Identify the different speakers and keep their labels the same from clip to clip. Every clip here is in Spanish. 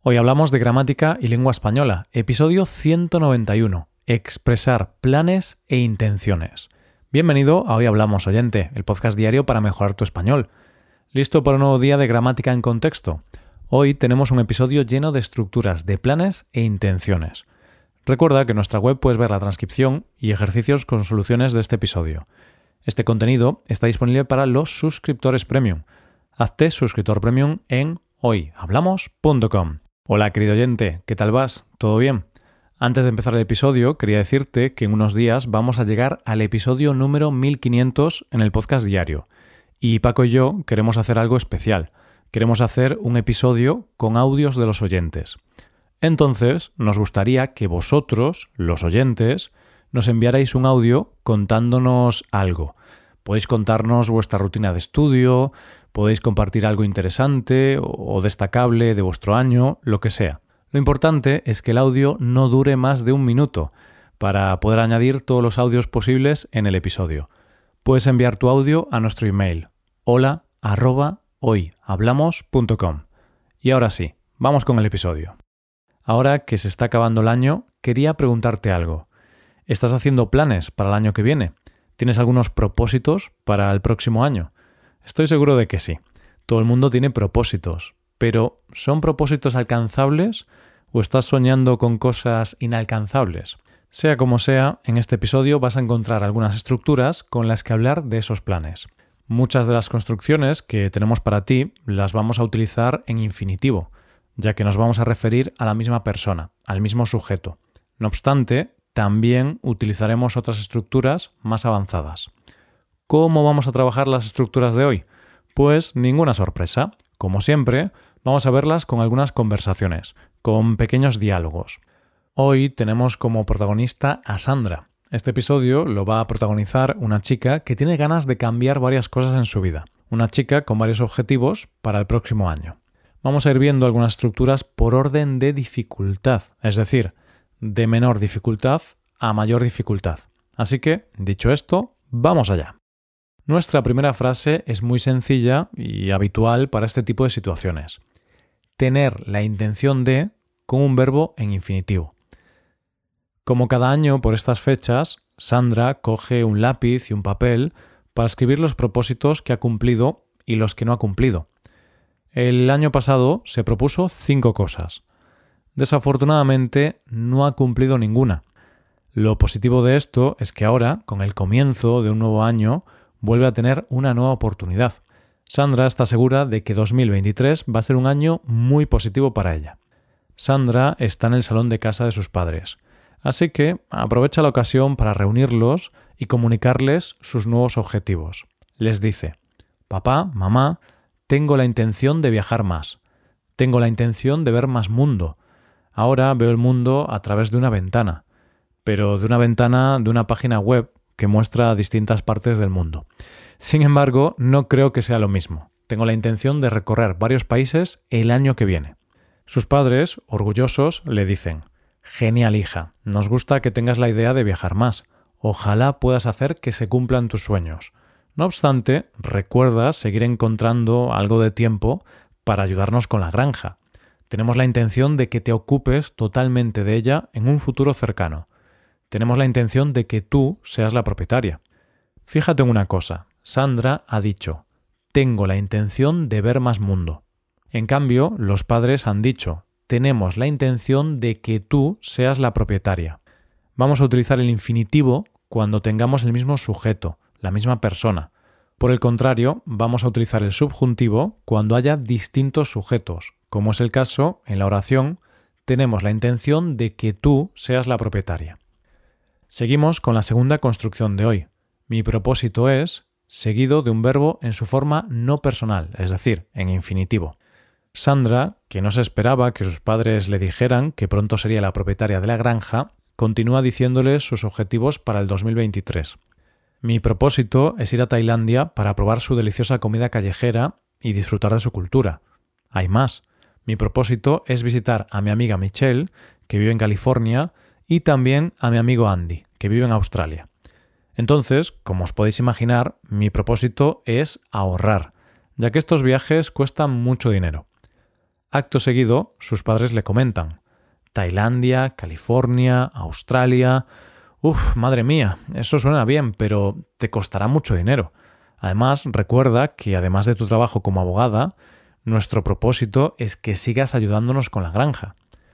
Speaker 1: Hoy hablamos de gramática y lengua española, episodio 191, expresar planes e intenciones. Bienvenido a Hoy Hablamos, oyente, el podcast diario para mejorar tu español. ¿Listo para un nuevo día de gramática en contexto? Hoy tenemos un episodio lleno de estructuras de planes e intenciones. Recuerda que en nuestra web puedes ver la transcripción y ejercicios con soluciones de este episodio. Este contenido está disponible para los suscriptores premium. Hazte suscriptor premium en hoyhablamos.com. Hola querido oyente, ¿qué tal vas? ¿Todo bien? Antes de empezar el episodio, quería decirte que en unos días vamos a llegar al episodio número 1500 en el podcast diario. Y Paco y yo queremos hacer algo especial. Queremos hacer un episodio con audios de los oyentes. Entonces, nos gustaría que vosotros, los oyentes, nos enviarais un audio contándonos algo. Podéis contarnos vuestra rutina de estudio, podéis compartir algo interesante o destacable de vuestro año, lo que sea. Lo importante es que el audio no dure más de 1 minuto para poder añadir todos los audios posibles en el episodio. Puedes enviar tu audio a nuestro email hola@hoyhablamos.com. Y ahora sí, vamos con el episodio. Ahora que se está acabando el año, quería preguntarte algo. ¿Estás haciendo planes para el año que viene? ¿Tienes algunos propósitos para el próximo año? Estoy seguro de que sí. Todo el mundo tiene propósitos, pero ¿son propósitos alcanzables o estás soñando con cosas inalcanzables? Sea como sea, en este episodio vas a encontrar algunas estructuras con las que hablar de esos planes. Muchas de las construcciones que tenemos para ti las vamos a utilizar en infinitivo, ya que nos vamos a referir a la misma persona, al mismo sujeto. No obstante, también utilizaremos otras estructuras más avanzadas. ¿Cómo vamos a trabajar las estructuras de hoy? Pues ninguna sorpresa. Como siempre, vamos a verlas con algunas conversaciones, con pequeños diálogos. Hoy tenemos como protagonista a Sandra. Este episodio lo va a protagonizar una chica que tiene ganas de cambiar varias cosas en su vida. Una chica con varios objetivos para el próximo año. Vamos a ir viendo algunas estructuras por orden de dificultad, es decir, de menor dificultad a mayor dificultad. Así que, dicho esto, vamos allá. Nuestra primera frase es muy sencilla y habitual para este tipo de situaciones. Tener la intención de con un verbo en infinitivo. Como cada año por estas fechas, Sandra coge un lápiz y un papel para escribir los propósitos que ha cumplido y los que no ha cumplido. El año pasado se propuso 5 cosas. Desafortunadamente no ha cumplido ninguna. Lo positivo de esto es que ahora, con el comienzo de un nuevo año, vuelve a tener una nueva oportunidad. Sandra está segura de que 2023 va a ser un año muy positivo para ella. Sandra está en el salón de casa de sus padres, así que aprovecha la ocasión para reunirlos y comunicarles sus nuevos objetivos. Les dice: papá, mamá, tengo la intención de viajar más. Tengo la intención de ver más mundo. Ahora veo el mundo a través de una ventana, pero de una ventana de una página web que muestra distintas partes del mundo. Sin embargo, no creo que sea lo mismo. Tengo la intención de recorrer varios países el año que viene. Sus padres, orgullosos, le dicen: genial, hija, nos gusta que tengas la idea de viajar más. Ojalá puedas hacer que se cumplan tus sueños. No obstante, recuerda seguir encontrando algo de tiempo para ayudarnos con la granja. Tenemos la intención de que te ocupes totalmente de ella en un futuro cercano. Tenemos la intención de que tú seas la propietaria. Fíjate en una cosa, Sandra ha dicho: tengo la intención de ver más mundo. En cambio, los padres han dicho: tenemos la intención de que tú seas la propietaria. Vamos a utilizar el infinitivo cuando tengamos el mismo sujeto, la misma persona. Por el contrario, vamos a utilizar el subjuntivo cuando haya distintos sujetos, como es el caso en la oración: tenemos la intención de que tú seas la propietaria. Seguimos con la segunda construcción de hoy. Mi propósito es, seguido de un verbo en su forma no personal, es decir, en infinitivo. Sandra, que no se esperaba que sus padres le dijeran que pronto sería la propietaria de la granja, continúa diciéndoles sus objetivos para el 2023. Mi propósito es ir a Tailandia para probar su deliciosa comida callejera y disfrutar de su cultura. Hay más. Mi propósito es visitar a mi amiga Michelle, que vive en California, y también a mi amigo Andy, que vive en Australia. Entonces, como os podéis imaginar, mi propósito es ahorrar, ya que estos viajes cuestan mucho dinero. Acto seguido, sus padres le comentan: Tailandia, California, Australia... Uf, madre mía, eso suena bien, pero te costará mucho dinero. Además, recuerda que además de tu trabajo como abogada, nuestro propósito es que sigas ayudándonos con la granja.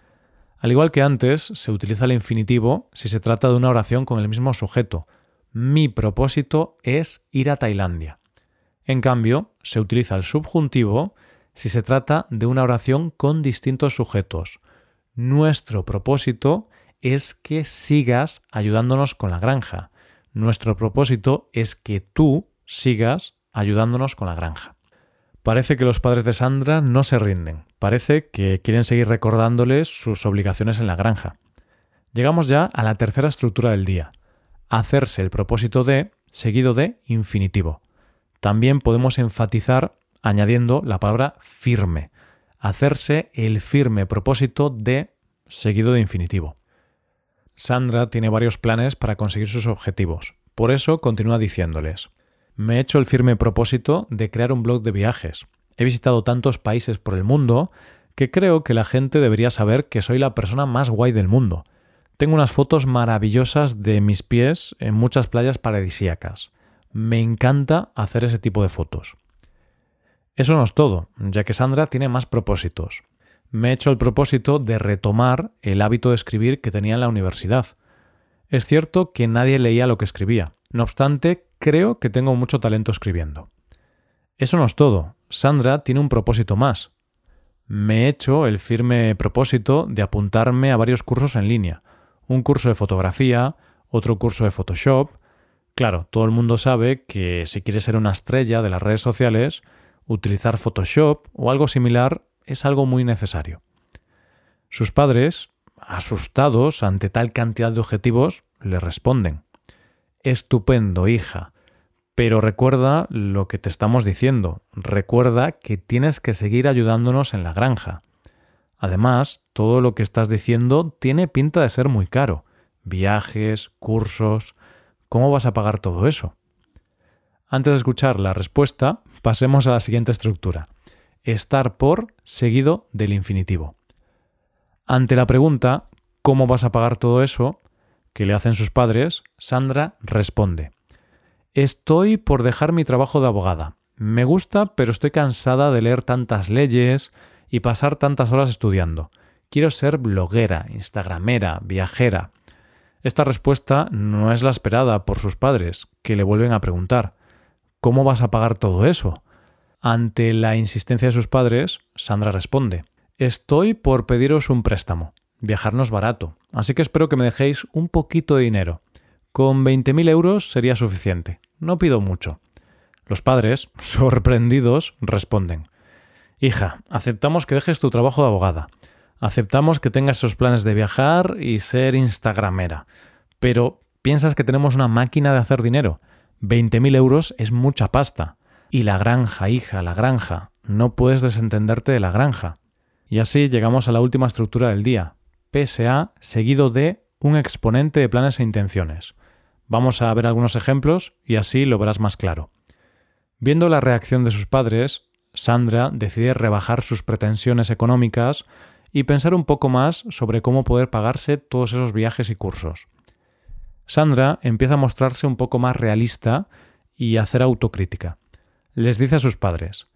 Speaker 1: Al igual que antes, se utiliza el infinitivo si se trata de una oración con el mismo sujeto. Mi propósito es ir a Tailandia. En cambio, se utiliza el subjuntivo si se trata de una oración con distintos sujetos. Nuestro propósito es que sigas ayudándonos con la granja. Nuestro propósito es que tú sigas ayudándonos con la granja. Parece que los padres de Sandra no se rinden. Parece que quieren seguir recordándoles sus obligaciones en la granja. Llegamos ya a la tercera estructura del día. Hacerse el propósito de, seguido de infinitivo. También podemos enfatizar añadiendo la palabra firme. Hacerse el firme propósito de, seguido de infinitivo. Sandra tiene varios planes para conseguir sus objetivos. Por eso continúa diciéndoles: me he hecho el firme propósito de crear un blog de viajes. He visitado tantos países por el mundo que creo que la gente debería saber que soy la persona más guay del mundo. Tengo unas fotos maravillosas de mis pies en muchas playas paradisíacas. Me encanta hacer ese tipo de fotos. Eso no es todo, ya que Sandra tiene más propósitos. Me he hecho el propósito de retomar el hábito de escribir que tenía en la universidad. Es cierto que nadie leía lo que escribía. No obstante, creo que tengo mucho talento escribiendo. Eso no es todo. Sandra tiene un propósito más. Me he hecho el firme propósito de apuntarme a varios cursos en línea. Un curso de fotografía, otro curso de Photoshop. Claro, todo el mundo sabe que si quieres ser una estrella de las redes sociales, utilizar Photoshop o algo similar es algo muy necesario. Sus padres, asustados ante tal cantidad de objetivos, le responden: estupendo, hija, pero recuerda lo que te estamos diciendo. Recuerda que tienes que seguir ayudándonos en la granja. Además, todo lo que estás diciendo tiene pinta de ser muy caro. Viajes, cursos... ¿Cómo vas a pagar todo eso? Antes de escuchar la respuesta, pasemos a la siguiente estructura. Estar por seguido del infinitivo. Ante la pregunta ¿cómo vas a pagar todo eso?, que le hacen sus padres, Sandra responde: estoy por dejar mi trabajo de abogada. Me gusta, pero estoy cansada de leer tantas leyes y pasar tantas horas estudiando. Quiero ser bloguera, instagramera, viajera. Esta respuesta no es la esperada por sus padres, que le vuelven a preguntar: ¿cómo vas a pagar todo eso? Ante la insistencia de sus padres, Sandra responde: estoy por pediros un préstamo. Viajar no es barato, así que espero que me dejéis un poquito de dinero. Con 20.000 euros sería suficiente. No pido mucho. Los padres, sorprendidos, responden: hija, aceptamos que dejes tu trabajo de abogada. Aceptamos que tengas esos planes de viajar y ser instagramera. Pero, ¿piensas que tenemos una máquina de hacer dinero? 20.000 euros es mucha pasta. Y la granja, hija, la granja. No puedes desentenderte de la granja. Y así llegamos a la última estructura del día. PSA seguido de un exponente de planes e intenciones. Vamos a ver algunos ejemplos y así lo verás más claro. Viendo la reacción de sus padres, Sandra decide rebajar sus pretensiones económicas y pensar un poco más sobre cómo poder pagarse todos esos viajes y cursos. Sandra empieza a mostrarse un poco más realista y a hacer autocrítica. Les dice a sus padres: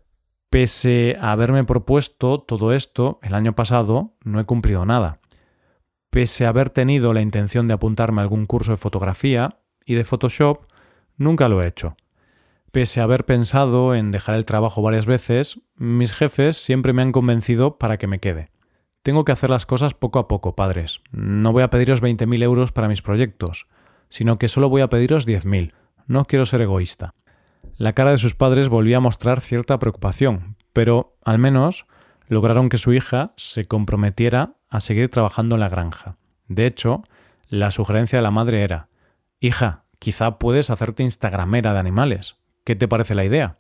Speaker 1: pese a haberme propuesto todo esto el año pasado, no he cumplido nada. Pese a haber tenido la intención de apuntarme a algún curso de fotografía y de Photoshop, nunca lo he hecho. Pese a haber pensado en dejar el trabajo varias veces, mis jefes siempre me han convencido para que me quede. Tengo que hacer las cosas poco a poco, padres. No voy a pediros 20.000 euros para mis proyectos, sino que solo voy a pediros 10.000. No quiero ser egoísta. La cara de sus padres volvía a mostrar cierta preocupación, pero, al menos, lograron que su hija se comprometiera a seguir trabajando en la granja. De hecho, la sugerencia de la madre era: hija, quizá puedes hacerte instagramera de animales. ¿Qué te parece la idea?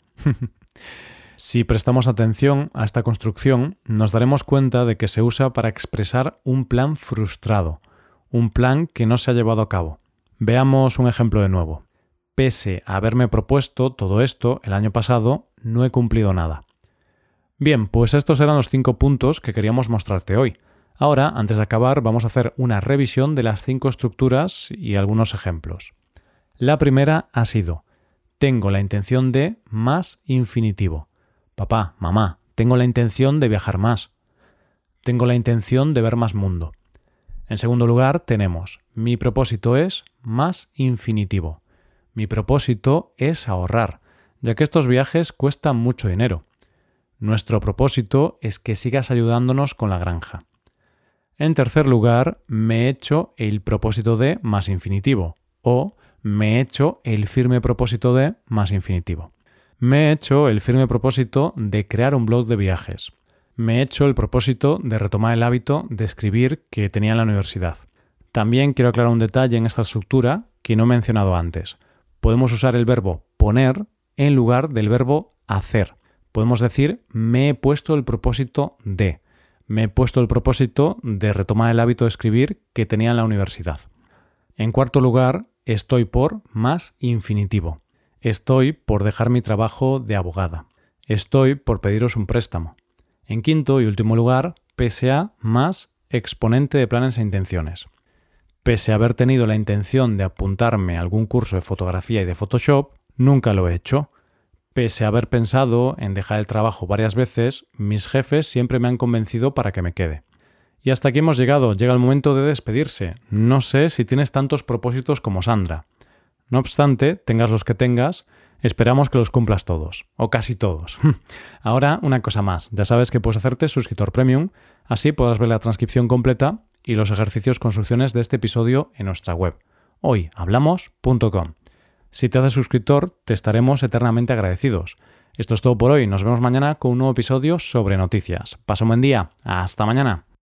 Speaker 1: Si prestamos atención a esta construcción, nos daremos cuenta de que se usa para expresar un plan frustrado, un plan que no se ha llevado a cabo. Veamos un ejemplo de nuevo. Pese a haberme propuesto todo esto el año pasado, no he cumplido nada. Bien, pues estos eran los 5 puntos que queríamos mostrarte hoy. Ahora, antes de acabar, vamos a hacer una revisión de las 5 estructuras y algunos ejemplos. La primera ha sido: tengo la intención de más infinitivo. Papá, mamá, tengo la intención de viajar más. Tengo la intención de ver más mundo. En segundo lugar, tenemos: mi propósito es más infinitivo. Mi propósito es ahorrar, ya que estos viajes cuestan mucho dinero. Nuestro propósito es que sigas ayudándonos con la granja. En tercer lugar, me he hecho el propósito de más infinitivo o me he hecho el firme propósito de más infinitivo. Me he hecho el firme propósito de crear un blog de viajes. Me he hecho el propósito de retomar el hábito de escribir que tenía en la universidad. También quiero aclarar un detalle en esta estructura que no he mencionado antes. Podemos usar el verbo poner en lugar del verbo hacer. Podemos decir: me he puesto el propósito de. Me he puesto el propósito de retomar el hábito de escribir que tenía en la universidad. En cuarto lugar, estoy por más infinitivo. Estoy por dejar mi trabajo de abogada. Estoy por pediros un préstamo. En quinto y último lugar, pese a más exponente de planes e intenciones. Pese a haber tenido la intención de apuntarme a algún curso de fotografía y de Photoshop, nunca lo he hecho. Pese a haber pensado en dejar el trabajo varias veces, mis jefes siempre me han convencido para que me quede. Y hasta aquí hemos llegado. Llega el momento de despedirse. No sé si tienes tantos propósitos como Sandra. No obstante, tengas los que tengas, esperamos que los cumplas todos, o casi todos. Ahora, una cosa más. Ya sabes que puedes hacerte suscriptor premium, así podrás ver la transcripción completa y los ejercicios con soluciones de este episodio en nuestra web, hoyhablamos.com. Si te haces suscriptor, te estaremos eternamente agradecidos. Esto es todo por hoy. Nos vemos mañana con un nuevo episodio sobre noticias. Pasa un buen día. Hasta mañana.